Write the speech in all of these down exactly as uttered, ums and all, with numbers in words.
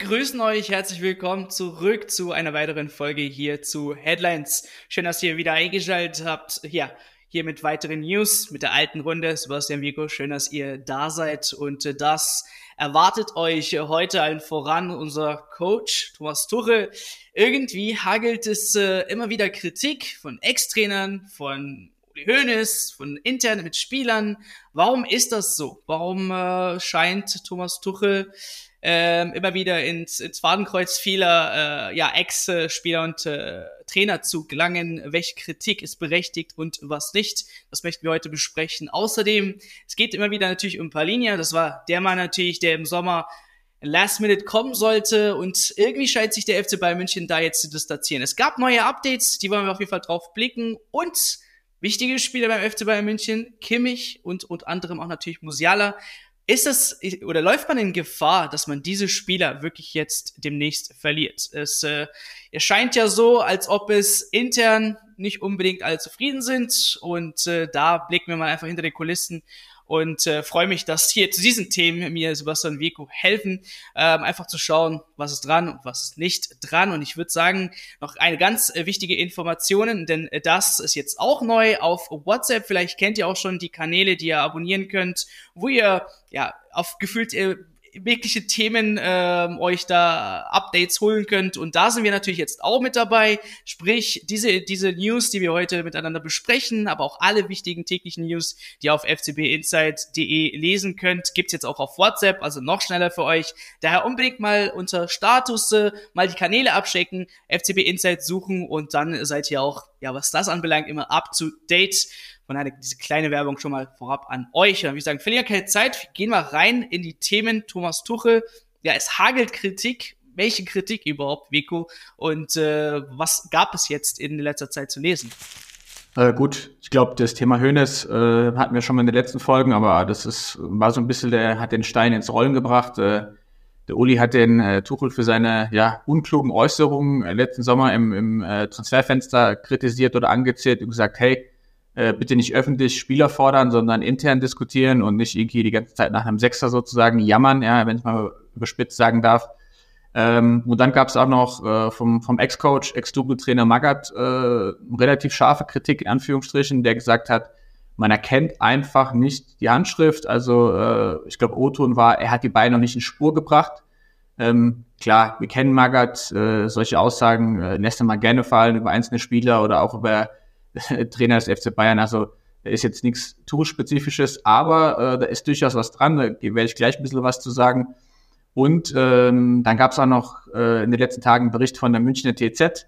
grüßen euch, herzlich willkommen zurück zu einer weiteren Folge hier zu Headlines. Schön, dass ihr wieder eingeschaltet habt. Ja, hier mit weiteren News, mit der alten Runde. Sebastian, Vico, schön, dass ihr da seid. Und das erwartet euch heute allen voran unser Coach Thomas Tuchel. Irgendwie hagelt es äh, immer wieder Kritik von Ex-Trainern, von Uli Hoeneß, von intern mit Spielern. Warum ist das so? Warum äh, scheint Thomas Tuchel ähm, immer wieder ins, ins Fadenkreuz vieler äh, ja, Ex-Spieler und äh, Trainer zu gelangen? Welche Kritik ist berechtigt und was nicht? Das möchten wir heute besprechen. Außerdem, es geht immer wieder natürlich um Palhinha. Das war der Mann natürlich, der im Sommer Last Minute kommen sollte, und irgendwie scheint sich der F C Bayern München da jetzt zu distanzieren. Es gab neue Updates, die wollen wir auf jeden Fall drauf blicken, und wichtige Spieler beim F C Bayern München, Kimmich und unter anderem auch natürlich Musiala. Ist es, oder läuft man in Gefahr, dass man diese Spieler wirklich jetzt demnächst verliert? Es äh, erscheint ja so, als ob es intern nicht unbedingt alle zufrieden sind, und äh, da blicken wir mal einfach hinter den Kulissen und äh, freue mich, dass hier zu diesen Themen mir Sebastian und Vico helfen, ähm, einfach zu schauen, was ist dran und was ist nicht dran. Und ich würde sagen, noch eine ganz äh, wichtige Information, denn äh, das ist jetzt auch neu auf WhatsApp. Vielleicht kennt ihr auch schon die Kanäle, die ihr abonnieren könnt, wo ihr ja auf gefühlt äh, wirkliche Themen ähm, euch da Updates holen könnt, und da sind wir natürlich jetzt auch mit dabei, sprich diese diese News, die wir heute miteinander besprechen, aber auch alle wichtigen täglichen News, die ihr auf f c b insight punkt d e lesen könnt, gibt's jetzt auch auf WhatsApp, also noch schneller für euch. Daher unbedingt mal unter Status äh, mal die Kanäle abchecken, F C B Insight suchen, und dann seid ihr auch, ja, was das anbelangt, immer up to date. Von daher diese kleine Werbung schon mal vorab an euch. Und wie gesagt, verlieren keine Zeit, wir gehen mal rein in die Themen Thomas Tuchel. Ja, es hagelt Kritik. Welche Kritik überhaupt, Vico? Und äh, was gab es jetzt in letzter Zeit zu lesen? Äh, gut, ich glaube, das Thema Hoeneß äh, hatten wir schon mal in den letzten Folgen, aber das ist war so ein bisschen, der hat den Stein ins Rollen gebracht. Äh, der Uli hat den äh, Tuchel für seine ja unklugen Äußerungen äh, letzten Sommer im, im äh, Transferfenster kritisiert oder angezählt und gesagt, hey, bitte nicht öffentlich Spieler fordern, sondern intern diskutieren und nicht irgendwie die ganze Zeit nach einem Sechser sozusagen jammern, ja, wenn ich mal überspitzt sagen darf. Ähm, und dann gab es auch noch äh, vom, vom Ex-Coach, Ex-Double-Trainer Magath äh, relativ scharfe Kritik, in Anführungsstrichen, der gesagt hat, man erkennt einfach nicht die Handschrift. Also äh, ich glaube, O-Ton war, er hat die Beine noch nicht in Spur gebracht. Ähm, klar, wir kennen Magath, äh, solche Aussagen äh, lässt er mal gerne fallen über einzelne Spieler oder auch über Trainer des F C Bayern, also da ist jetzt nichts Tourspezifisches, aber äh, da ist durchaus was dran, da werde ich gleich ein bisschen was zu sagen. Und ähm, dann gab es auch noch äh, in den letzten Tagen einen Bericht von der Münchner T Z,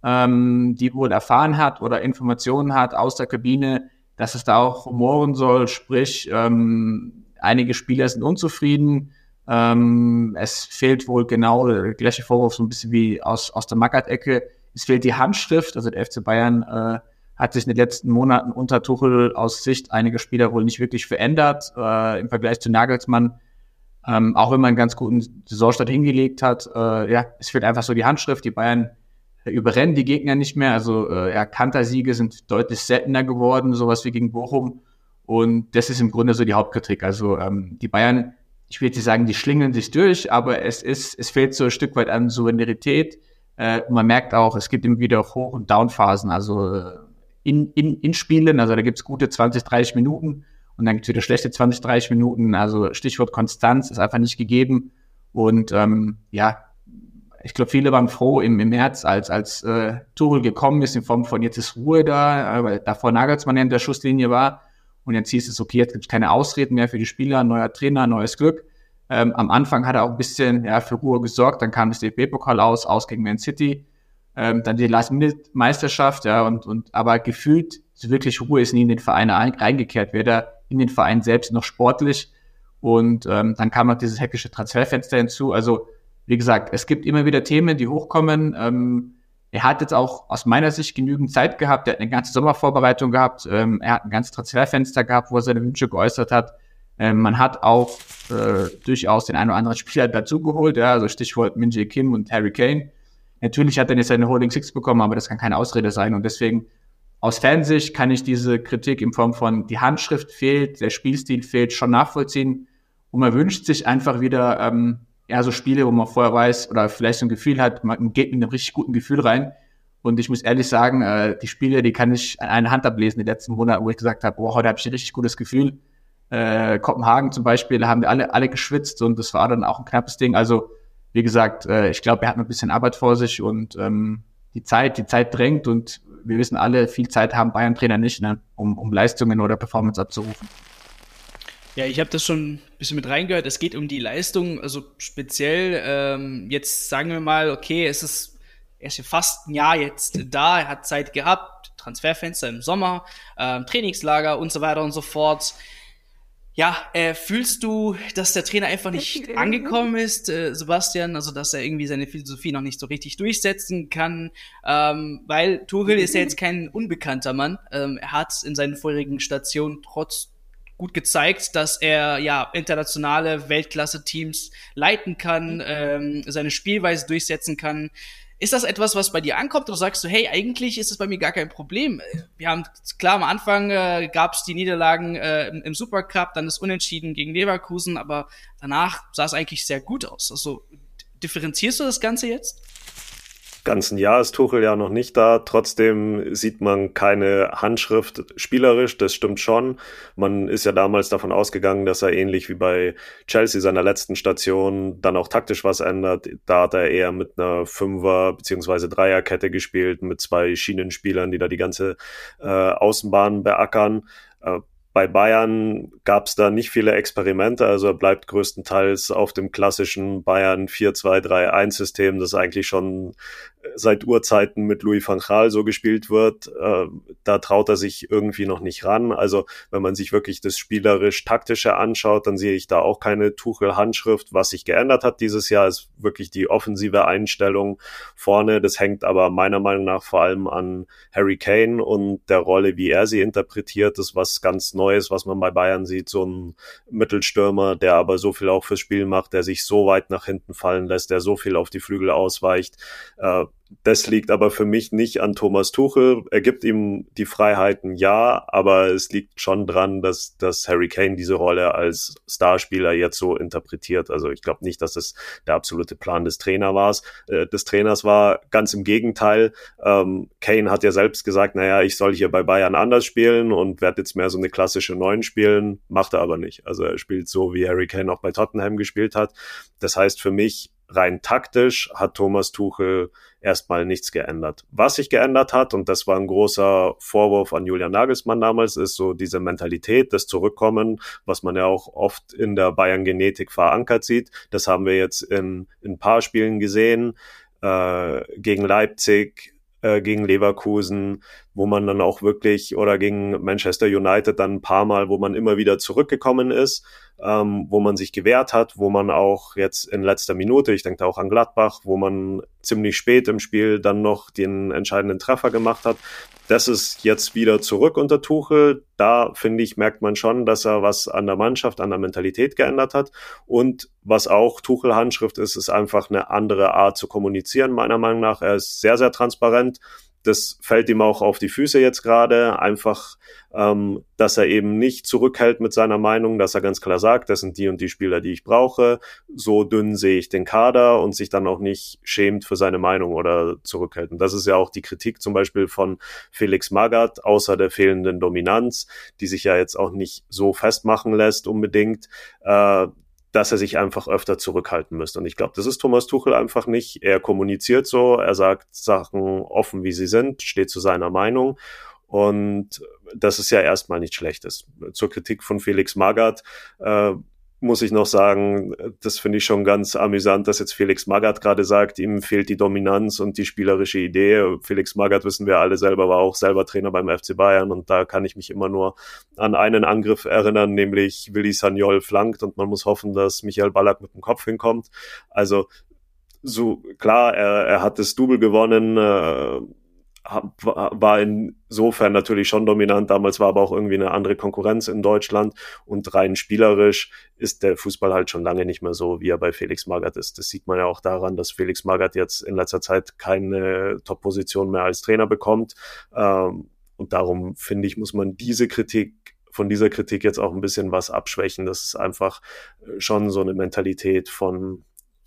ähm, die wohl erfahren hat oder Informationen hat aus der Kabine, dass es da auch rumoren soll, sprich ähm, einige Spieler sind unzufrieden, ähm, es fehlt wohl genau der gleiche Vorwurf so ein bisschen wie aus, aus der Magath-Ecke, es fehlt die Handschrift, also der F C Bayern äh, hat sich in den letzten Monaten unter Tuchel aus Sicht einiger Spieler wohl nicht wirklich verändert, äh, im Vergleich zu Nagelsmann. Ähm, auch wenn man einen ganz guten Saisonstart hingelegt hat, äh, ja, es fehlt einfach so die Handschrift. Die Bayern äh, überrennen die Gegner nicht mehr. Also äh, ja, Kantersiege sind deutlich seltener geworden, sowas wie gegen Bochum. Und das ist im Grunde so die Hauptkritik. Also ähm, die Bayern, ich will jetzt nicht sagen, die schlingeln sich durch, aber es ist, es fehlt so ein Stück weit an Souveränität. Äh, man merkt auch, es gibt immer wieder Hoch- und Downphasen. Also äh, In, in, in Spielen, also da gibt's gute zwanzig, dreißig Minuten und dann gibt's wieder schlechte zwanzig, dreißig Minuten, also Stichwort Konstanz ist einfach nicht gegeben, und ähm, ja, ich glaube, viele waren froh im, im März, als als äh, Tuchel gekommen ist, in Form von jetzt ist Ruhe da, weil davor Nagelsmann ja in der Schusslinie war, und jetzt hieß es, okay, jetzt gibt's keine Ausreden mehr für die Spieler, neuer Trainer, neues Glück. Ähm, am Anfang hat er auch ein bisschen ja für Ruhe gesorgt, dann kam das D F B-Pokal aus, aus gegen Man City, Ähm, dann die Last-Minute-Meisterschaft, ja, und, und, aber gefühlt, so wirklich Ruhe ist nie in den Verein ein, reingekehrt, weder in den Verein selbst noch sportlich, und ähm, dann kam noch dieses hektische Transferfenster hinzu, also, wie gesagt, es gibt immer wieder Themen, die hochkommen, ähm, er hat jetzt auch aus meiner Sicht genügend Zeit gehabt, er hat eine ganze Sommervorbereitung gehabt, ähm, er hat ein ganzes Transferfenster gehabt, wo er seine Wünsche geäußert hat, ähm, man hat auch äh, durchaus den einen oder anderen Spieler dazugeholt, ja, also Stichwort Min-Jae Kim und Harry Kane. Natürlich hat er jetzt seine Holding Six bekommen, aber das kann keine Ausrede sein. Und deswegen, aus Fansicht kann ich diese Kritik in Form von die Handschrift fehlt, der Spielstil fehlt, schon nachvollziehen. Und man wünscht sich einfach wieder, ähm, ja, so Spiele, wo man vorher weiß oder vielleicht so ein Gefühl hat, man geht mit einem richtig guten Gefühl rein. Und ich muss ehrlich sagen, äh, die Spiele, die kann ich an einer Hand ablesen, die letzten Monate, wo ich gesagt habe, boah, heute habe ich ein richtig gutes Gefühl. Äh, Kopenhagen zum Beispiel, da haben wir alle, alle geschwitzt und das war dann auch ein knappes Ding. Also, wie gesagt, äh, ich glaube, er hat noch ein bisschen Arbeit vor sich und ähm, die Zeit, die Zeit drängt und wir wissen alle, viel Zeit haben Bayern-Trainer nicht, ne, um, um Leistungen oder Performance abzurufen. Ja, ich habe das schon ein bisschen mit reingehört. Es geht um die Leistung, also speziell ähm, jetzt sagen wir mal, okay, es ist er ist ja fast ein Jahr jetzt da, er hat Zeit gehabt, Transferfenster im Sommer, ähm, Trainingslager und so weiter und so fort. Ja, äh, fühlst du, dass der Trainer einfach nicht angekommen ist, äh, Sebastian, also dass er irgendwie seine Philosophie noch nicht so richtig durchsetzen kann, ähm, weil Tuchel ist ja jetzt kein unbekannter Mann, ähm, er hat in seinen vorherigen Stationen trotz gut gezeigt, dass er ja internationale Weltklasse-Teams leiten kann, ähm, seine Spielweise durchsetzen kann. Ist das etwas, was bei dir ankommt, oder sagst du, hey, eigentlich ist es bei mir gar kein Problem? Wir haben, klar, am Anfang äh, gab es die Niederlagen äh, im, im Supercup, dann das Unentschieden gegen Leverkusen, aber danach sah es eigentlich sehr gut aus. Also differenzierst du das Ganze jetzt? Ganzen Jahr ist Tuchel ja noch nicht da. Trotzdem sieht man keine Handschrift spielerisch, das stimmt schon. Man ist ja damals davon ausgegangen, dass er ähnlich wie bei Chelsea seiner letzten Station dann auch taktisch was ändert. Da hat er eher mit einer Fünfer- bzw. Dreierkette gespielt, mit zwei Schienenspielern, die da die ganze äh, Außenbahn beackern. Äh, Bei Bayern gab es da nicht viele Experimente, also er bleibt größtenteils auf dem klassischen Bayern vier zwei drei eins System, das eigentlich schon seit Urzeiten mit Louis van Gaal so gespielt wird. Äh, da traut er sich irgendwie noch nicht ran. Also wenn man sich wirklich das spielerisch-taktische anschaut, dann sehe ich da auch keine Tuchel-Handschrift. Was sich geändert hat dieses Jahr, ist wirklich die offensive Einstellung vorne. Das hängt aber meiner Meinung nach vor allem an Harry Kane und der Rolle, wie er sie interpretiert. Das ist was ganz Neues, was man bei Bayern sieht. So ein Mittelstürmer, der aber so viel auch fürs Spiel macht, der sich so weit nach hinten fallen lässt, der so viel auf die Flügel ausweicht. Äh, Das liegt aber für mich nicht an Thomas Tuchel. Er gibt ihm die Freiheiten, ja, aber es liegt schon dran, dass, dass Harry Kane diese Rolle als Starspieler jetzt so interpretiert. Also ich glaube nicht, dass es der absolute Plan des Trainers war. Äh, des Trainers war ganz im Gegenteil. Ähm, Kane hat ja selbst gesagt, naja, ich soll hier bei Bayern anders spielen und werde jetzt mehr so eine klassische Neun spielen. Macht er aber nicht. Also er spielt so, wie Harry Kane auch bei Tottenham gespielt hat. Das heißt für mich, rein taktisch hat Thomas Tuchel erstmal nichts geändert. Was sich geändert hat, und das war ein großer Vorwurf an Julian Nagelsmann damals, ist so diese Mentalität, das Zurückkommen, was man ja auch oft in der Bayern-Genetik verankert sieht. Das haben wir jetzt in, in ein paar Spielen gesehen, äh, gegen Leipzig, äh, gegen Leverkusen, wo man dann auch wirklich, oder gegen Manchester United dann ein paar Mal, wo man immer wieder zurückgekommen ist, ähm, wo man sich gewehrt hat, wo man auch jetzt in letzter Minute, ich denke da auch an Gladbach, wo man ziemlich spät im Spiel dann noch den entscheidenden Treffer gemacht hat. Das ist jetzt wieder zurück unter Tuchel. Da, finde ich, merkt man schon, dass er was an der Mannschaft, an der Mentalität geändert hat. Und was auch Tuchel-Handschrift ist, ist einfach eine andere Art zu kommunizieren, meiner Meinung nach. Er ist sehr, sehr transparent. Das fällt ihm auch auf die Füße jetzt gerade, einfach, ähm, dass er eben nicht zurückhält mit seiner Meinung, dass er ganz klar sagt, das sind die und die Spieler, die ich brauche, so dünn sehe ich den Kader, und sich dann auch nicht schämt für seine Meinung oder zurückhält. Und das ist ja auch die Kritik zum Beispiel von Felix Magath, außer der fehlenden Dominanz, die sich ja jetzt auch nicht so festmachen lässt unbedingt, äh, dass er sich einfach öfter zurückhalten müsste. Und ich glaube, das ist Thomas Tuchel einfach nicht. Er kommuniziert so, er sagt Sachen offen, wie sie sind, steht zu seiner Meinung. Und das ist ja erstmal nichts Schlechtes. Zur Kritik von Felix Magath äh, muss ich noch sagen, das finde ich schon ganz amüsant, dass jetzt Felix Magath gerade sagt, ihm fehlt die Dominanz und die spielerische Idee. Felix Magath, wissen wir alle selber, war auch selber Trainer beim F C Bayern, und da kann ich mich immer nur an einen Angriff erinnern, nämlich Willi Sagnol flankt und man muss hoffen, dass Michael Ballack mit dem Kopf hinkommt. Also so klar, er, er hat das Double gewonnen, äh, war insofern natürlich schon dominant. Damals war aber auch irgendwie eine andere Konkurrenz in Deutschland, und rein spielerisch ist der Fußball halt schon lange nicht mehr so, wie er bei Felix Magath ist. Das sieht man ja auch daran, dass Felix Magath jetzt in letzter Zeit keine Top-Position mehr als Trainer bekommt. Und darum, finde ich, muss man diese Kritik von dieser Kritik jetzt auch ein bisschen was abschwächen. Das ist einfach schon so eine Mentalität von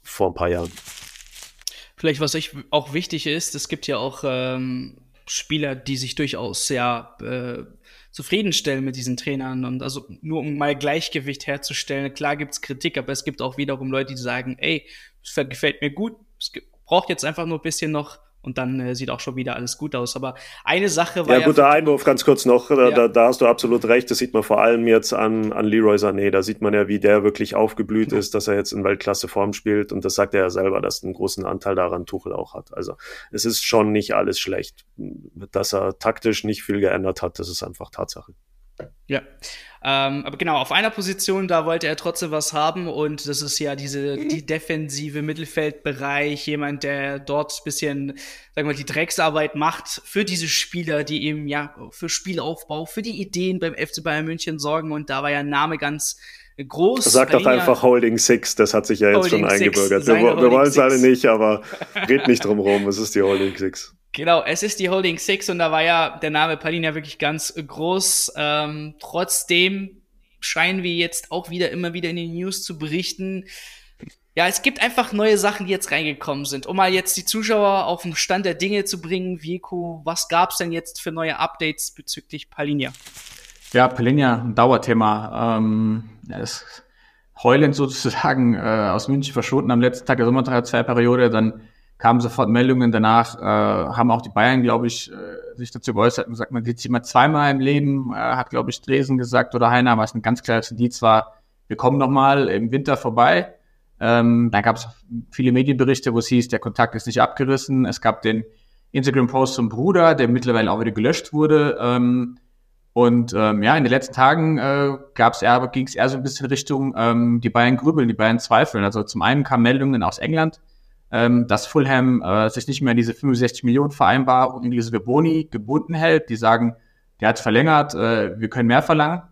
vor ein paar Jahren. Vielleicht, was ich auch wichtig ist, es gibt ja auch ähm, Spieler, die sich durchaus sehr äh, zufriedenstellen mit diesen Trainern und also nur um mal Gleichgewicht herzustellen. Klar gibt's Kritik, aber es gibt auch wiederum Leute, die sagen, ey, das gefällt mir gut, es braucht jetzt einfach nur ein bisschen noch und dann äh, sieht auch schon wieder alles gut aus. Aber eine Sache war ja... Ja, guter Einwurf, ganz kurz noch, da, Ja. da, da hast du absolut recht, das sieht man vor allem jetzt an, an Leroy Sané, da sieht man ja, wie der wirklich aufgeblüht ist, dass er jetzt in Weltklasse-Form spielt und das sagt er ja selber, dass einen großen Anteil daran Tuchel auch hat. Also es ist schon nicht alles schlecht. Dass er taktisch nicht viel geändert hat, das ist einfach Tatsache. Ja, ähm, aber genau, auf einer Position, da wollte er trotzdem was haben und das ist ja diese die defensive Mittelfeldbereich, jemand, der dort bisschen, sagen wir mal, die Drecksarbeit macht für diese Spieler, die eben ja für Spielaufbau, für die Ideen beim F C Bayern München sorgen und da war ja ein Name ganz groß. Sag doch Palinja, einfach Holding Six, das hat sich ja jetzt Holding schon Six, eingebürgert. seine Wir, wir Holding wollen es alle Six. nicht, aber red nicht drum rum, es ist die Holding Six. Genau, es ist die Holding Six und da war ja der Name Palinja wirklich ganz groß. Ähm, trotzdem scheinen wir jetzt auch wieder immer wieder in den News zu berichten. Ja, es gibt einfach neue Sachen, die jetzt reingekommen sind. Um mal jetzt die Zuschauer auf den Stand der Dinge zu bringen, Vico, was gab's denn jetzt für neue Updates bezüglich Palinja? Ja, Palinja, ein Dauerthema. Ähm, er ist heulend sozusagen äh, aus München verschwunden am letzten Tag der Sommertransferperiode. Dann kamen sofort Meldungen danach, äh, haben auch die Bayern, glaube ich, äh, sich dazu geäußert und gesagt, man sieht sich immer zweimal im Leben, äh, hat, glaube ich, Dresen gesagt oder Heiner, was ein ganz klares Indiz war, wir kommen nochmal im Winter vorbei. Ähm, dann gab es viele Medienberichte, wo es hieß, der Kontakt ist nicht abgerissen. Es gab den Instagram-Post zum Bruder, der mittlerweile auch wieder gelöscht wurde. Ähm, und ähm, ja, in den letzten Tagen äh, gab's eher, ging es eher so ein bisschen Richtung, ähm, die Bayern grübeln, die Bayern zweifeln. Also zum einen kamen Meldungen aus England, ähm, dass Fulham äh, sich nicht mehr an diese fünfundsechzig Millionen Vereinbarung inklusive Boni gebunden hält. Die sagen, der hat verlängert, äh, wir können mehr verlangen,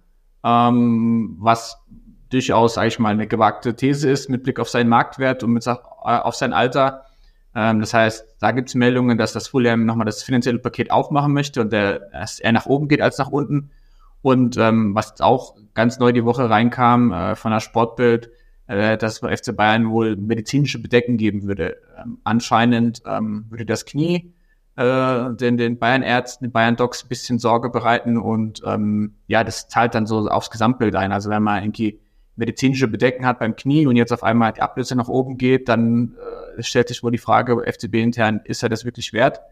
ähm, was durchaus, sage ich mal, eine gewagte These ist mit Blick auf seinen Marktwert und mit äh, auf sein Alter. Ähm, das heißt, da gibt es Meldungen, dass das Fulham nochmal das finanzielle Paket aufmachen möchte und der, dass er nach oben geht als nach unten. Und ähm, was auch ganz neu die Woche reinkam äh, von der Sportbild, äh, dass bei F C Bayern wohl medizinische Bedecken geben würde. Ähm, anscheinend ähm, würde das Knie äh, den, den Bayern-Ärzten, den Bayern-Docs ein bisschen Sorge bereiten und ähm, ja, das zahlt dann so aufs Gesamtbild ein. Also wenn man irgendwie medizinische Bedecken hat beim Knie und jetzt auf einmal die Ablöse nach oben geht, dann äh, stellt sich wohl die Frage, F C B intern, ist er das wirklich wert?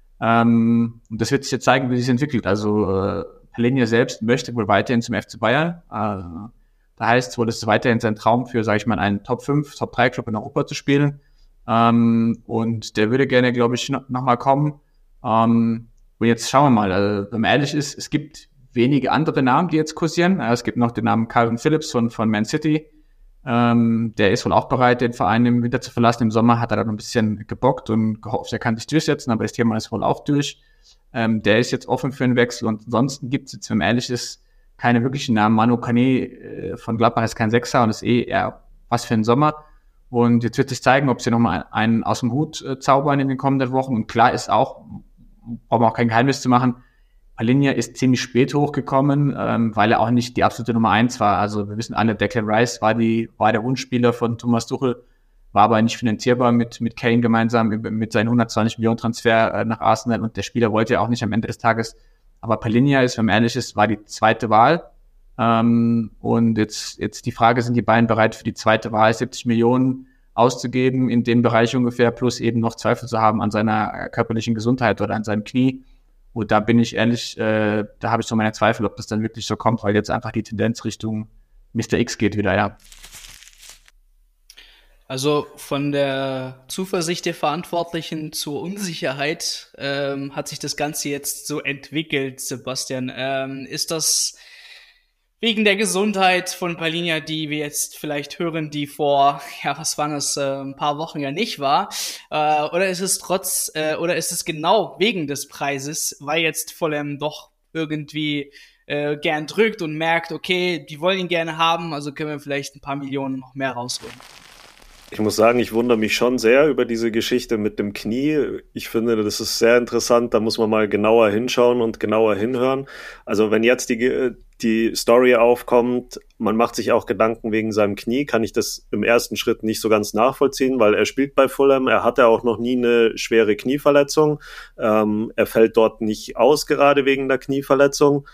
Ähm, und das wird sich jetzt zeigen, wie sich entwickelt. Also äh, Palinja selbst möchte wohl weiterhin zum F C Bayern. Äh, da heißt es wohl, es ist weiterhin sein Traum für, sage ich mal, einen Top fünf, Top drei Club in Europa zu spielen. Ähm, und der würde gerne, glaube ich, noch, noch mal kommen. Ähm, und jetzt schauen wir mal. Also, wenn man ehrlich ist, es gibt wenige andere Namen, die jetzt kursieren. Es gibt noch den Namen Calvin Phillips von, von Man City. Ähm, der ist wohl auch bereit, den Verein im Winter zu verlassen. Im Sommer hat er dann ein bisschen gebockt und gehofft, er kann sich durchsetzen, aber das Thema ist wohl auch durch. Ähm, der ist jetzt offen für einen Wechsel und ansonsten gibt es jetzt, wenn man ehrlich ist, keine wirklichen Namen. Manu Kane äh, von Gladbach ist kein Sechser und ist eh eher was für einen Sommer. Und jetzt wird sich zeigen, ob sie nochmal einen aus dem Hut äh, zaubern in den kommenden Wochen. Und klar ist auch, brauchen wir auch kein Geheimnis zu machen, Palinja ist ziemlich spät hochgekommen, ähm, weil er auch nicht die absolute Nummer eins war. Also wir wissen alle, Declan Rice war die war der Wunschspieler von Thomas Tuchel, war aber nicht finanzierbar mit mit Kane gemeinsam mit seinen hundertzwanzig Millionen Transfer äh, nach Arsenal und der Spieler wollte ja auch nicht am Ende des Tages. Aber Palinja ist, wenn man ehrlich ist, war die zweite Wahl. Ähm, und jetzt jetzt die Frage, sind die Bayern bereit für die zweite Wahl siebzig Millionen auszugeben in dem Bereich ungefähr, plus eben noch Zweifel zu haben an seiner körperlichen Gesundheit oder an seinem Knie. Und da bin ich ehrlich, äh, da habe ich so meine Zweifel, ob das dann wirklich so kommt, weil jetzt einfach die Tendenz Richtung Mister X geht wieder, ja. Also von der Zuversicht der Verantwortlichen zur Unsicherheit ähm, hat sich das Ganze jetzt so entwickelt, Sebastian. Ähm, ist das wegen der Gesundheit von Palinja, die wir jetzt vielleicht hören, die vor, ja, was waren das, äh, ein paar Wochen ja nicht war? Äh, oder ist es trotz, äh, oder ist es genau wegen des Preises, weil jetzt Fulham doch irgendwie äh, gern drückt und merkt, okay, die wollen ihn gerne haben, also können wir vielleicht ein paar Millionen noch mehr rausholen? Ich muss sagen, ich wundere mich schon sehr über diese Geschichte mit dem Knie. Ich finde, das ist sehr interessant. Da muss man mal genauer hinschauen und genauer hinhören. Also wenn jetzt die, die Story aufkommt, man macht sich auch Gedanken wegen seinem Knie, kann ich das im ersten Schritt nicht so ganz nachvollziehen, weil er spielt bei Fulham, er hatte auch noch nie eine schwere Knieverletzung, ähm, er fällt dort nicht aus, gerade wegen der Knieverletzung.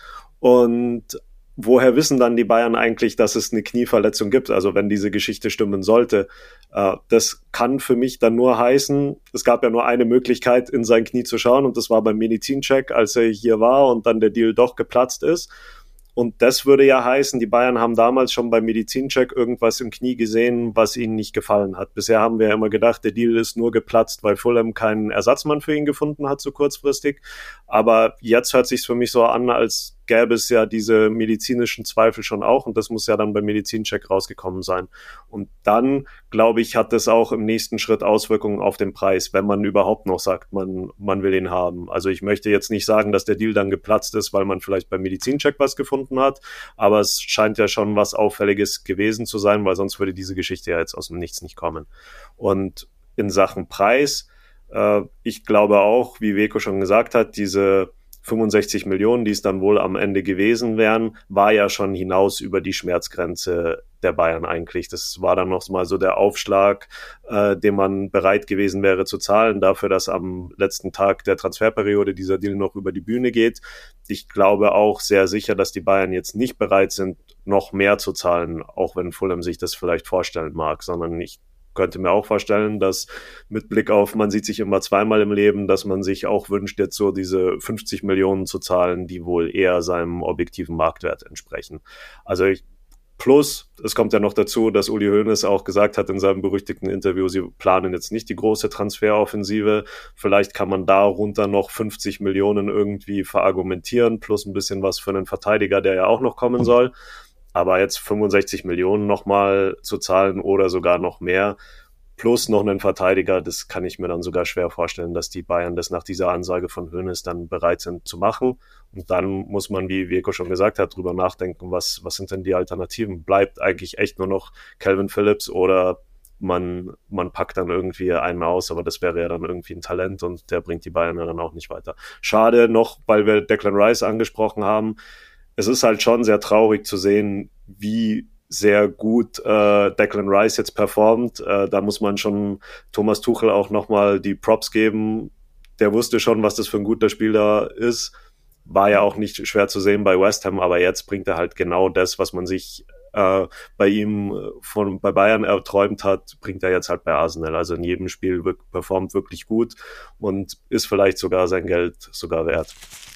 Und woher wissen dann die Bayern eigentlich, dass es eine Knieverletzung gibt? Also wenn diese Geschichte stimmen sollte, äh, das kann für mich dann nur heißen, es gab ja nur eine Möglichkeit, in sein Knie zu schauen, und das war beim Medizincheck, als er hier war und dann der Deal doch geplatzt ist. Und das würde ja heißen, die Bayern haben damals schon beim Medizincheck irgendwas im Knie gesehen, was ihnen nicht gefallen hat. Bisher haben wir ja immer gedacht, der Deal ist nur geplatzt, weil Fulham keinen Ersatzmann für ihn gefunden hat, so kurzfristig. Aber jetzt hört sich's für mich so an, als gäbe es ja diese medizinischen Zweifel schon auch, und das muss ja dann beim Medizincheck rausgekommen sein. Und dann, glaube ich, hat das auch im nächsten Schritt Auswirkungen auf den Preis, wenn man überhaupt noch sagt, man, man will ihn haben. Also ich möchte jetzt nicht sagen, dass der Deal dann geplatzt ist, weil man vielleicht beim Medizincheck was gefunden hat, aber es scheint ja schon was Auffälliges gewesen zu sein, weil sonst würde diese Geschichte ja jetzt aus dem Nichts nicht kommen. Und in Sachen Preis, äh, ich glaube auch, wie Veko schon gesagt hat, diese fünfundsechzig Millionen, die es dann wohl am Ende gewesen wären, war ja schon hinaus über die Schmerzgrenze der Bayern eigentlich. Das war dann noch mal so der Aufschlag, äh, den man bereit gewesen wäre zu zahlen, dafür, dass am letzten Tag der Transferperiode dieser Deal noch über die Bühne geht. Ich glaube auch sehr sicher, dass die Bayern jetzt nicht bereit sind, noch mehr zu zahlen, auch wenn Fulham sich das vielleicht vorstellen mag, sondern ich könnte mir auch vorstellen, dass mit Blick auf, man sieht sich immer zweimal im Leben, dass man sich auch wünscht, jetzt so diese fünfzig Millionen zu zahlen, die wohl eher seinem objektiven Marktwert entsprechen. Also ich, plus, es kommt ja noch dazu, dass Uli Hoeneß auch gesagt hat in seinem berüchtigten Interview, sie planen jetzt nicht die große Transferoffensive. Vielleicht kann man darunter noch fünfzig Millionen irgendwie verargumentieren, plus ein bisschen was für einen Verteidiger, der ja auch noch kommen soll. Aber jetzt fünfundsechzig Millionen nochmal zu zahlen oder sogar noch mehr, plus noch einen Verteidiger, das kann ich mir dann sogar schwer vorstellen, dass die Bayern das nach dieser Ansage von Hoeneß dann bereit sind zu machen. Und dann muss man, wie Veko schon gesagt hat, drüber nachdenken, was, was sind denn die Alternativen? Bleibt eigentlich echt nur noch Calvin Phillips oder man, man packt dann irgendwie einen aus, aber das wäre ja dann irgendwie ein Talent und der bringt die Bayern ja dann auch nicht weiter. Schade noch, weil wir Declan Rice angesprochen haben. Es ist halt schon sehr traurig zu sehen, wie sehr gut äh, Declan Rice jetzt performt. Äh, da muss man schon Thomas Tuchel auch nochmal die Props geben. Der wusste schon, was das für ein guter Spieler ist. War ja auch nicht schwer zu sehen bei West Ham, aber jetzt bringt er halt genau das, was man sich äh, bei ihm von bei Bayern erträumt hat, bringt er jetzt halt bei Arsenal. Also in jedem Spiel wirkt, performt wirklich gut und ist vielleicht sogar sein Geld sogar wert.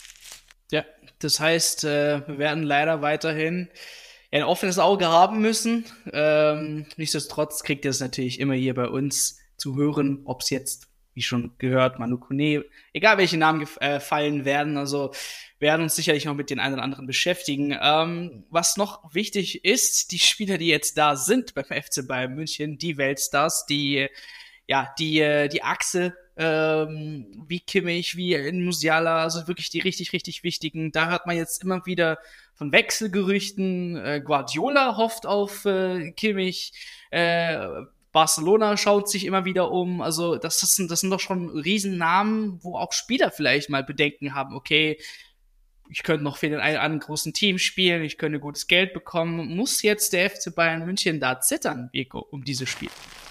Ja, das heißt, äh, wir werden leider weiterhin ein offenes Auge haben müssen. Ähm, nichtsdestotrotz kriegt ihr es natürlich immer hier bei uns zu hören, ob es jetzt, wie schon gehört, Manu Kone, egal welche Namen gef- äh, fallen werden, also werden uns sicherlich noch mit den einen oder anderen beschäftigen. Ähm, was noch wichtig ist, die Spieler, die jetzt da sind beim F C Bayern München, die Weltstars, die ja, die die Achse, ähm, wie Kimmich, wie Musiala, also wirklich die richtig, richtig wichtigen. Da hört man jetzt immer wieder von Wechselgerüchten. Äh, Guardiola hofft auf äh, Kimmich. Äh, Barcelona schaut sich immer wieder um. Also das, das, sind, das sind doch schon Riesennamen, wo auch Spieler vielleicht mal Bedenken haben. Okay, ich könnte noch für den einen, einen großen Team spielen, ich könnte gutes Geld bekommen. Muss jetzt der F C Bayern München da zittern, Veko, um dieses Spiel?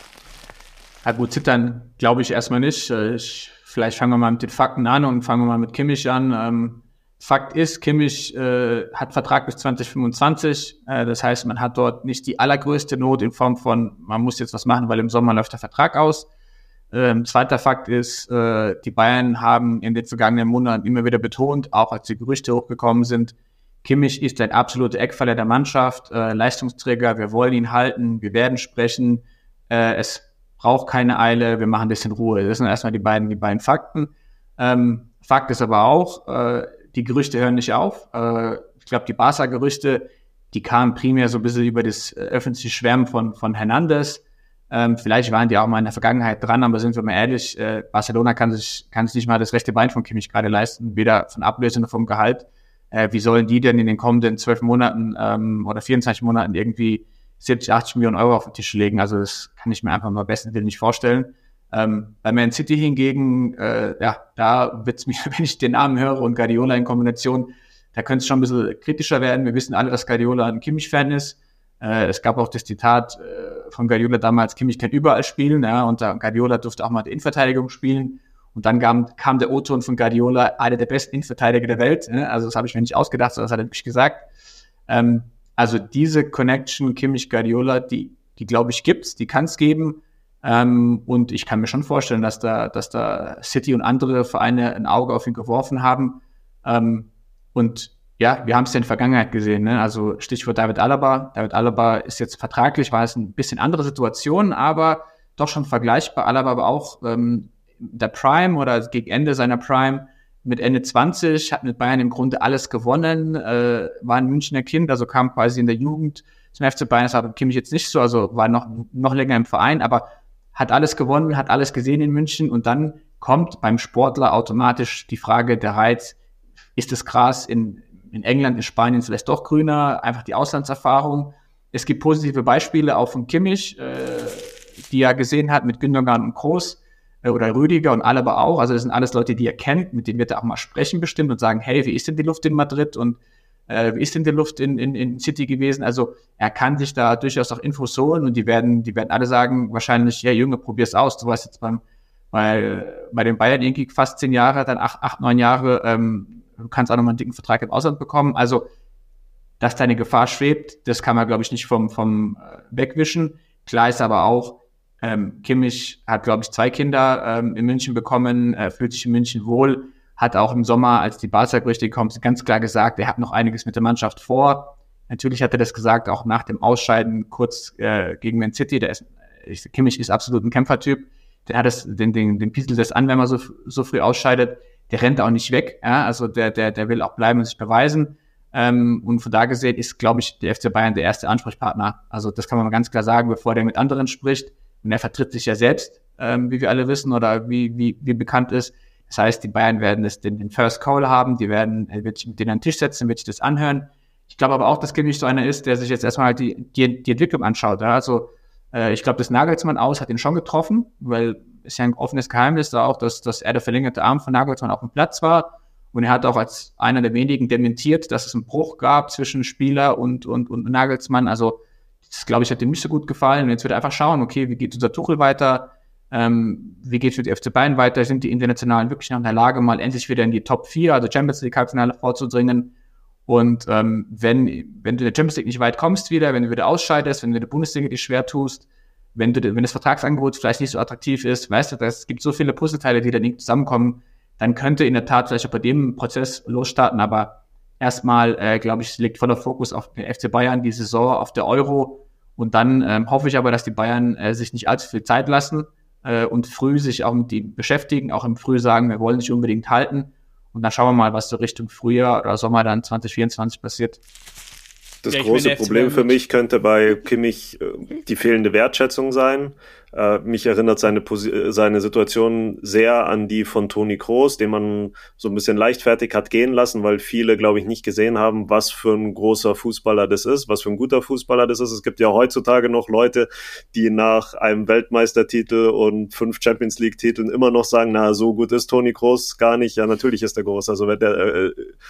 Ja gut, zittern glaube ich erstmal nicht. Ich, vielleicht fangen wir mal mit den Fakten an und fangen wir mal mit Kimmich an. Ähm, Fakt ist, Kimmich äh, hat Vertrag bis zwanzig fünfundzwanzig. Äh, das heißt, man hat dort nicht die allergrößte Not in Form von, man muss jetzt was machen, weil im Sommer läuft der Vertrag aus. Ähm, zweiter Fakt ist, äh, die Bayern haben in den vergangenen Monaten immer wieder betont, auch als die Gerüchte hochgekommen sind, Kimmich ist ein absoluter Eckpfeiler der Mannschaft, äh, Leistungsträger, wir wollen ihn halten, wir werden sprechen, äh, es braucht keine Eile, wir machen das in Ruhe. Das sind erstmal die beiden, die beiden Fakten. Ähm, Fakt ist aber auch, äh, die Gerüchte hören nicht auf. Äh, ich glaube, die Barca-Gerüchte, die kamen primär so ein bisschen über das äh, öffentliche Schwärmen von, von Hernandez. Ähm, vielleicht waren die auch mal in der Vergangenheit dran, aber sind wir mal ehrlich, äh, Barcelona kann sich, kann sich nicht mal das rechte Bein von Kimmich gerade leisten, weder von Ablöse noch vom Gehalt. Äh, wie sollen die denn in den kommenden zwölf Monaten ähm, oder vierundzwanzig Monaten irgendwie siebzig, achtzig Millionen Euro auf den Tisch legen? Also das kann ich mir einfach mal besten Willen nicht vorstellen. Ähm, bei Man City hingegen, äh, ja, da wird's mich, wenn ich den Namen höre und Guardiola in Kombination, da könnte es schon ein bisschen kritischer werden. Wir wissen alle, dass Guardiola ein Kimmich-Fan ist. Äh, es gab auch das Zitat äh, von Guardiola damals, Kimmich kann überall spielen, ja, und äh, Guardiola durfte auch mal die Innenverteidigung spielen. Und dann kam, kam der O-Ton von Guardiola, einer der besten Innenverteidiger der Welt. Ne? Also das habe ich mir nicht ausgedacht, sondern das hat er wirklich gesagt. Ähm, also diese Connection Kimmich-Guardiola, die, die glaube ich gibt's, die kann es geben. Ähm, und ich kann mir schon vorstellen, dass da, dass da City und andere Vereine ein Auge auf ihn geworfen haben. Ähm, und ja, wir haben es ja in der Vergangenheit gesehen. Ne? Also Stichwort David Alaba. David Alaba ist jetzt vertraglich, war es ein bisschen andere Situation, aber doch schon vergleichbar. Alaba aber auch ähm, der Prime oder gegen Ende seiner Prime mit Ende zwanzig, hat mit Bayern im Grunde alles gewonnen, äh, war ein Münchner Kind, also kam quasi in der Jugend zum F C Bayern, das war Kimmich jetzt nicht so, also war noch, noch länger im Verein, aber hat alles gewonnen, hat alles gesehen in München und dann kommt beim Sportler automatisch die Frage, der Reiz, ist das Gras in, in England, in Spanien vielleicht doch grüner, einfach die Auslandserfahrung. Es gibt positive Beispiele auch von Kimmich, äh, die er gesehen hat mit Gündogan und Kroos, oder Rüdiger und Alaba auch, also das sind alles Leute, die er kennt, mit denen wird er auch mal sprechen bestimmt und sagen, hey, wie ist denn die Luft in Madrid und äh, wie ist denn die Luft in, in, in City gewesen, also er kann sich da durchaus auch Infos holen und die werden, die werden alle sagen, wahrscheinlich, ja Junge, probier's aus, du warst jetzt beim, bei, bei den Bayern irgendwie fast zehn Jahre, dann acht, acht, neun Jahre, ähm, du kannst auch nochmal einen dicken Vertrag im Ausland bekommen, also dass deine Gefahr schwebt, das kann man, glaube ich, nicht vom, vom äh, wegwischen, klar ist aber auch, Ähm, Kimmich hat, glaube ich, zwei Kinder ähm, in München bekommen, äh, fühlt sich in München wohl, hat auch im Sommer, als die Barca-Gerüchte kommen, ganz klar gesagt, er hat noch einiges mit der Mannschaft vor. Natürlich hat er das gesagt, auch nach dem Ausscheiden kurz äh, gegen Man City. Der ist, ich, Kimmich ist absolut ein Kämpfertyp. Der hat es, den, den, den pieselt das an, wenn man so, so früh ausscheidet. Der rennt auch nicht weg. Ja? Also der, der, der will auch bleiben und sich beweisen. Ähm, und von da gesehen ist, glaube ich, der F C Bayern der erste Ansprechpartner. Also das kann man mal ganz klar sagen, bevor der mit anderen spricht. Und er vertritt sich ja selbst, ähm, wie wir alle wissen oder wie, wie, wie bekannt ist. Das heißt, die Bayern werden es den, den First Call haben, die werden, er wird sich mit denen an den Tisch setzen, wird sich das anhören. Ich glaube aber auch, dass Kimmich so einer ist, der sich jetzt erstmal halt die, die, die Entwicklung anschaut. Ja? Also äh, ich glaube, das Nagelsmann aus hat ihn schon getroffen, weil es ja ein offenes Geheimnis da auch, dass, dass er der verlängerte Arm von Nagelsmann auf dem Platz war. Und er hat auch als einer der wenigen dementiert, dass es einen Bruch gab zwischen Spieler und, und, und Nagelsmann. Also das, glaube ich, hat ihm nicht so gut gefallen. Und jetzt wird er einfach schauen, okay, wie geht unser Tuchel weiter? Ähm, wie geht es für die F C Bayern weiter? Sind die Internationalen wirklich noch in der Lage, mal endlich wieder in die Top vier, also Champions League Halbfinale vorzudringen? Und ähm, wenn, wenn du in der Champions League nicht weit kommst wieder, wenn du wieder ausscheidest, wenn du in der Bundesliga dich schwer tust, wenn du, wenn das Vertragsangebot vielleicht nicht so attraktiv ist, weißt du, es gibt so viele Puzzleteile, die da nicht zusammenkommen, dann könnte in der Tat vielleicht auch bei dem Prozess losstarten, aber erstmal, äh, glaube ich, liegt voller Fokus auf den F C Bayern, die Saison, auf der Euro. Und dann ähm, hoffe ich aber, dass die Bayern äh, sich nicht allzu viel Zeit lassen äh, und früh sich auch mit dem beschäftigen, auch im Früh sagen, wir wollen nicht unbedingt halten. Und dann schauen wir mal, was so Richtung Frühjahr oder Sommer dann zwanzig vierundzwanzig passiert. Das ja, große Problem für mich könnte bei Kimmich äh, die fehlende Wertschätzung sein. Äh, mich erinnert seine, Posi- seine Situation sehr an die von Toni Kroos, den man so ein bisschen leichtfertig hat gehen lassen, weil viele, glaube ich, nicht gesehen haben, was für ein großer Fußballer das ist, was für ein guter Fußballer das ist. Es gibt ja heutzutage noch Leute, die nach einem Weltmeistertitel und fünf Champions League-Titeln immer noch sagen, na, so gut ist Toni Kroos gar nicht. Ja, natürlich ist er groß. Also wenn der äh,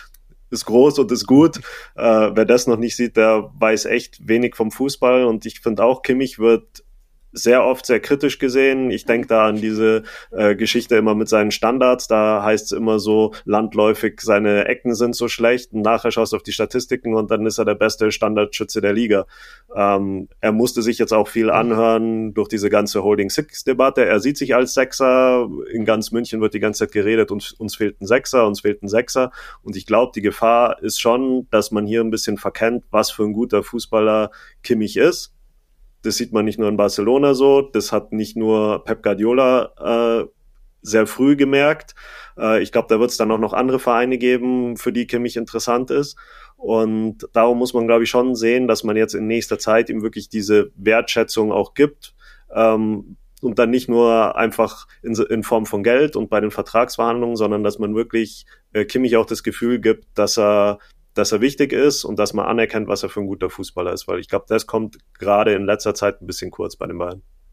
ist groß und ist gut. Äh, wer das noch nicht sieht, der weiß echt wenig vom Fußball. Und ich finde auch, Kimmich wird sehr oft sehr kritisch gesehen. Ich denke da an diese äh, Geschichte immer mit seinen Standards. Da heißt es immer so landläufig, seine Ecken sind so schlecht. Und nachher schaust du auf die Statistiken und dann ist er der beste Standardschütze der Liga. Ähm, er musste sich jetzt auch viel anhören durch diese ganze Holding-Six-Debatte. Er sieht sich als Sechser. In ganz München wird die ganze Zeit geredet und uns fehlt ein Sechser, uns fehlt ein Sechser. Und ich glaube, die Gefahr ist schon, dass man hier ein bisschen verkennt, was für ein guter Fußballer Kimmich ist. Das sieht man nicht nur in Barcelona so, das hat nicht nur Pep Guardiola äh, sehr früh gemerkt. Äh, ich glaube, da wird es dann auch noch andere Vereine geben, für die Kimmich interessant ist. Und darum muss man, glaube ich, schon sehen, dass man jetzt in nächster Zeit ihm wirklich diese Wertschätzung auch gibt. Ähm, und dann nicht nur einfach in, in Form von Geld und bei den Vertragsverhandlungen, sondern dass man wirklich äh, Kimmich auch das Gefühl gibt, dass er dass er wichtig ist und dass man anerkennt, was er für ein guter Fußballer ist, weil ich glaube, das kommt gerade in letzter Zeit ein bisschen kurz bei den Bayern.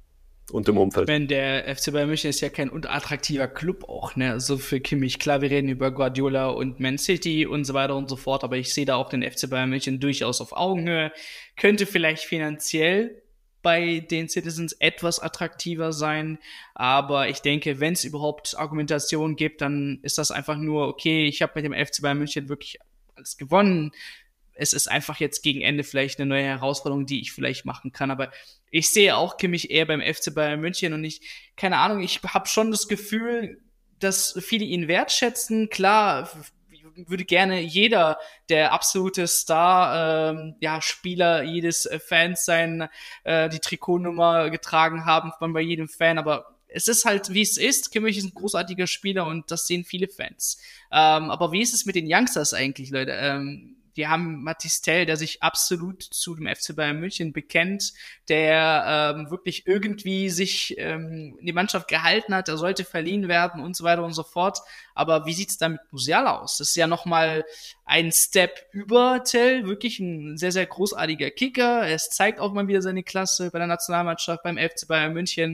und im Umfeld. Wenn der F C Bayern München ist ja kein unattraktiver Club auch, ne? Also für Kimmich, klar, wir reden über Guardiola und Man City und so weiter und so fort, aber ich sehe da auch den F C Bayern München durchaus auf Augenhöhe. Könnte vielleicht finanziell bei den Citizens etwas attraktiver sein, aber ich denke, wenn es überhaupt Argumentation gibt, dann ist das einfach nur, okay, ich habe mit dem F C Bayern München wirklich alles gewonnen. Es ist einfach jetzt gegen Ende vielleicht eine neue Herausforderung, die ich vielleicht machen kann, aber ich sehe auch Kimmich eher beim F C Bayern München und ich, keine Ahnung, ich habe schon das Gefühl, dass viele ihn wertschätzen. Klar, würde gerne jeder der absolute Star, ähm, ja, Spieler jedes äh, Fans sein, äh, die Trikotnummer getragen haben von bei jedem Fan, aber es ist halt, wie es ist. Kimmich ist ein großartiger Spieler und das sehen viele Fans. Ähm, aber wie ist es mit den Youngsters eigentlich, Leute? Ähm, Die haben Mathys Tel, der sich absolut zu dem F C Bayern München bekennt, der ähm, wirklich irgendwie sich ähm, in die Mannschaft gehalten hat, er sollte verliehen werden und so weiter und so fort. Aber wie sieht's da mit Musiala aus? Das ist ja nochmal ein Step über Tel, wirklich ein sehr, sehr großartiger Kicker. Es zeigt auch mal wieder seine Klasse bei der Nationalmannschaft, beim F C Bayern München.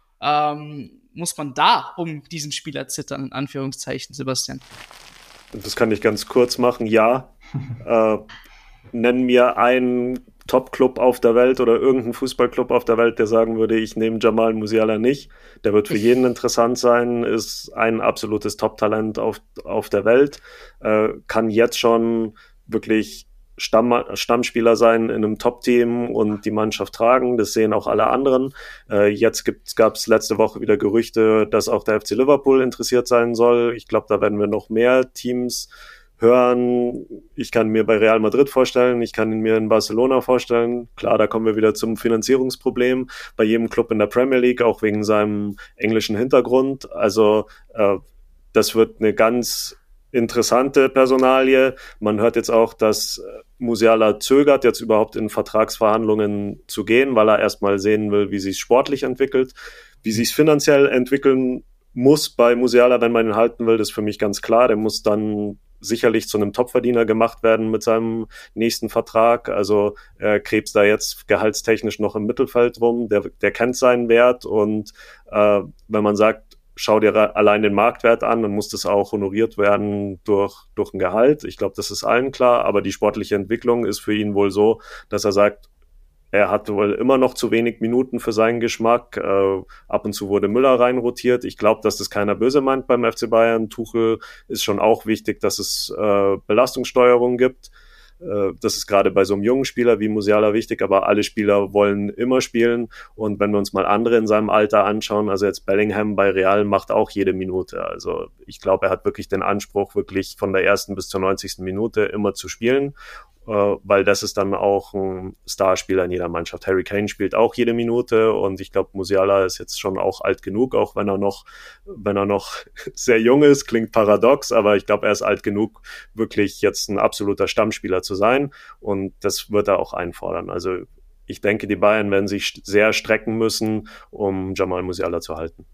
Ähm, muss man da um diesen Spieler zittern, in Anführungszeichen, Sebastian? Das kann ich ganz kurz machen, ja. äh, nenn mir einen Top-Club auf der Welt oder irgendeinen Fußballclub auf der Welt, der sagen würde, ich nehme Jamal Musiala nicht. Der wird für jeden interessant sein, ist ein absolutes Top-Talent auf, auf der Welt, äh, kann jetzt schon wirklich Stamm, Stammspieler sein in einem Top-Team und die Mannschaft tragen. Das sehen auch alle anderen. Äh, jetzt gab es letzte Woche wieder Gerüchte, dass auch der F C Liverpool interessiert sein soll. Ich glaube, da werden wir noch mehr Teams hören. Ich kann mir bei Real Madrid vorstellen, ich kann ihn mir in Barcelona vorstellen. Klar, da kommen wir wieder zum Finanzierungsproblem bei jedem Club in der Premier League, auch wegen seinem englischen Hintergrund. Also äh, das wird eine ganz interessante Personalie. Man hört jetzt auch, dass Musiala zögert, jetzt überhaupt in Vertragsverhandlungen zu gehen, weil er erstmal sehen will, wie sich sportlich entwickelt, wie sich es finanziell entwickeln muss bei Musiala, wenn man ihn halten will, das ist für mich ganz klar. Der muss dann sicherlich zu einem Topverdiener gemacht werden mit seinem nächsten Vertrag. Also er krebst da jetzt gehaltstechnisch noch im Mittelfeld rum. Der, der kennt seinen Wert und äh, wenn man sagt, schau dir allein den Marktwert an, dann muss das auch honoriert werden durch, durch ein Gehalt. Ich glaube, das ist allen klar, aber die sportliche Entwicklung ist für ihn wohl so, dass er sagt, er hat wohl immer noch zu wenig Minuten für seinen Geschmack. Äh, ab und zu wurde Müller reinrotiert. Ich glaube, dass das keiner böse meint beim F C Bayern. Tuchel ist schon auch wichtig, dass es äh, Belastungssteuerung gibt. Das ist gerade bei so einem jungen Spieler wie Musiala wichtig, aber alle Spieler wollen immer spielen. Und wenn wir uns mal andere in seinem Alter anschauen, also jetzt Bellingham bei Real macht auch jede Minute. Also ich glaube, er hat wirklich den Anspruch, wirklich von der ersten bis zur neunzigsten Minute immer zu spielen, weil das ist dann auch ein Starspieler in jeder Mannschaft. Harry Kane spielt auch jede Minute und ich glaube, Musiala ist jetzt schon auch alt genug, auch wenn er noch, wenn er noch sehr jung ist, klingt paradox, aber ich glaube, er ist alt genug, wirklich jetzt ein absoluter Stammspieler zu sein und das wird er auch einfordern. Also ich denke, die Bayern werden sich sehr strecken müssen, um Jamal Musiala zu halten.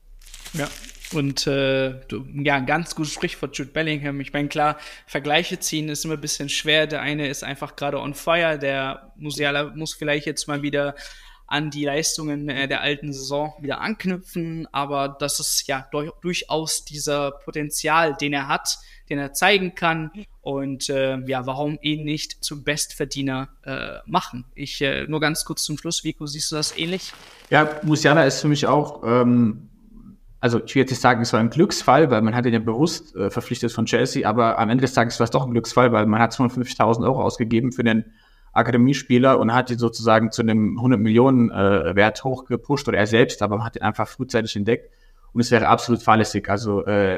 Ja. Und äh, du, ja, ein ganz gutes Sprichwort, Jude Bellingham. Ich meine, klar, Vergleiche ziehen ist immer ein bisschen schwer. Der eine ist einfach gerade on fire. Der Musiala muss vielleicht jetzt mal wieder an die Leistungen äh, der alten Saison wieder anknüpfen. Aber das ist ja durch, durchaus dieser Potenzial, den er hat, den er zeigen kann. Und äh, ja, warum ihn nicht zum Bestverdiener äh, machen? Ich äh, nur ganz kurz zum Schluss. Vico, siehst du das ähnlich? Ja, Musiala ist für mich auch... Ähm Also ich will jetzt nicht sagen, es war ein Glücksfall, weil man hat ihn ja bewusst äh, verpflichtet von Chelsea, aber am Ende des Tages war es doch ein Glücksfall, weil man hat zweihundertfünfzigtausend Euro ausgegeben für den Akademiespieler und hat ihn sozusagen zu einem hundert Millionen äh, Wert hochgepusht, oder er selbst, aber man hat ihn einfach frühzeitig entdeckt und es wäre absolut fahrlässig. Also äh,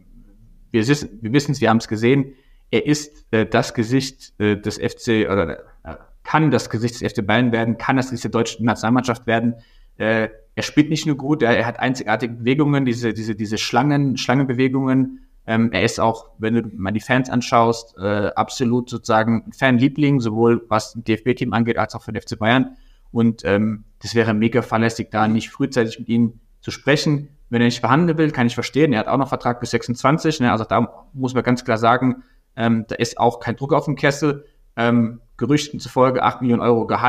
wir wissen, wir wissen es, wir haben es gesehen, er ist äh, das Gesicht äh, des F C, oder äh, kann das Gesicht des F C Bayern werden, kann das Gesicht der deutschen Nationalmannschaft werden. Äh, Er spielt nicht nur gut, er, er hat einzigartige Bewegungen, diese diese diese Schlangen Schlangenbewegungen. Ähm, er ist auch, wenn du mal die Fans anschaust, äh, absolut sozusagen Fanliebling, sowohl was das D F B-Team angeht, als auch für den F C Bayern. Und ähm, das wäre mega fahrlässig, da nicht frühzeitig mit ihm zu sprechen. Wenn er nicht verhandeln will, kann ich verstehen. Er hat auch noch Vertrag bis sechsundzwanzig. Ne? Also da muss man ganz klar sagen, ähm, da ist auch kein Druck auf dem Kessel. Ähm, Gerüchten zufolge acht Millionen Euro Gehalt.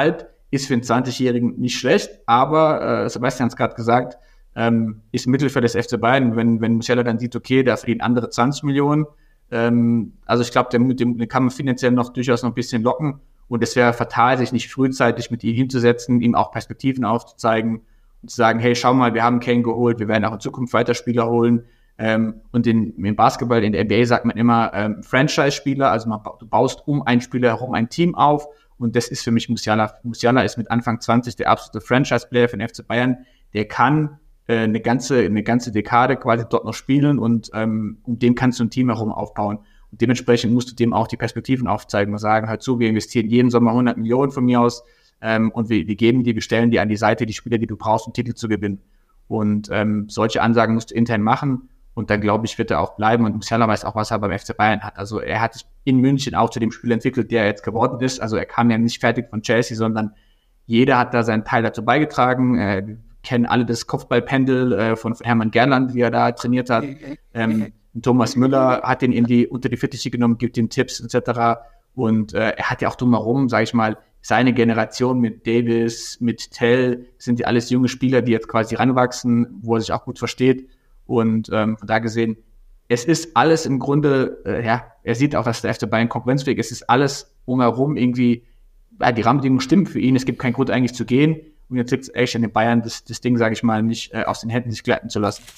ist für einen zwanzigjährigen nicht schlecht, aber äh, Sebastian hat es gerade gesagt, ähm, ist im Mittelfeld des F C Bayern, wenn, wenn Musiala dann sieht, okay, da verdienen andere zwanzig Millionen, ähm, also ich glaube, dem, dem, dem kann man finanziell noch durchaus noch ein bisschen locken und es wäre fatal, sich nicht frühzeitig mit ihm hinzusetzen, ihm auch Perspektiven aufzuzeigen und zu sagen, hey, schau mal, wir haben Kane geholt, wir werden auch in Zukunft weiter Spieler holen. Ähm, und in, im Basketball, in der N B A sagt man immer ähm, Franchise-Spieler, also man, du baust um einen Spieler herum ein Team auf und das ist für mich Musiala. Musiala ist mit Anfang zwanzig der absolute Franchise-Player für den F C Bayern. Der kann äh, eine ganze eine ganze Dekade quasi dort noch spielen und ähm, um dem kannst du ein Team herum aufbauen. Und dementsprechend musst du dem auch die Perspektiven aufzeigen und sagen, halt so, wir investieren jeden Sommer hundert Millionen von mir aus ähm, und wir, wir geben dir, wir stellen dir an die Seite die Spieler, die du brauchst, um Titel zu gewinnen. Und ähm, solche Ansagen musst du intern machen. Und dann, glaube ich, wird er auch bleiben. Und Musiala weiß auch, was er beim F C Bayern hat. Also er hat sich in München auch zu dem Spieler entwickelt, der er jetzt geworden ist. Also er kam ja nicht fertig von Chelsea, sondern jeder hat da seinen Teil dazu beigetragen. Äh, wir kennen alle das Kopfballpendel äh, von Hermann Gerland, wie er da trainiert hat. Ähm, Thomas Müller hat ihn in die, unter die Fittiche genommen, gibt ihm Tipps et cetera. Und äh, er hat ja auch drumherum, sage ich mal, seine Generation mit Davis, mit Tell, sind ja alles junge Spieler, die jetzt quasi ranwachsen, wo er sich auch gut versteht. Und ähm, von da gesehen, es ist alles im Grunde, äh, ja, er sieht auch, dass der F C Bayern konkurrenzfähig ist. Es ist alles umherum irgendwie, ja, die Rahmenbedingungen stimmen für ihn. Es gibt keinen Grund eigentlich zu gehen. Und jetzt liegt es echt an den Bayern, das, das Ding, sage ich mal, nicht äh, aus den Händen sich gleiten zu lassen.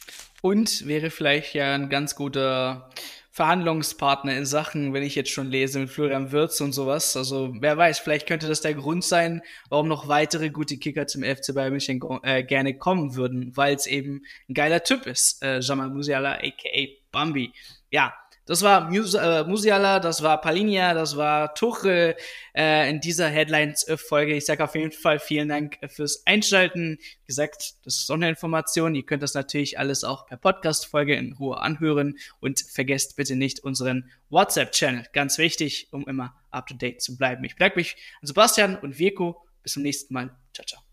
Und wäre vielleicht ja ein ganz guter Verhandlungspartner in Sachen, wenn ich jetzt schon lese, mit Florian Wirtz und sowas. Also wer weiß, vielleicht könnte das der Grund sein, warum noch weitere gute Kicker zum F C Bayern München äh, gerne kommen würden, weil es eben ein geiler Typ ist, äh, Jamal Musiala aka Bambi. Ja, das war Mus- äh, Musiala, das war Palhinha, das war Tuchel äh, in dieser Headlines-Folge. Ich sage auf jeden Fall vielen Dank fürs Einschalten. Wie gesagt, das ist Sonderinformation. Ihr könnt das natürlich alles auch per Podcast-Folge in Ruhe anhören und vergesst bitte nicht unseren WhatsApp-Channel. Ganz wichtig, um immer up-to-date zu bleiben. Ich bedanke mich an Sebastian und Virko. Bis zum nächsten Mal. Ciao, ciao.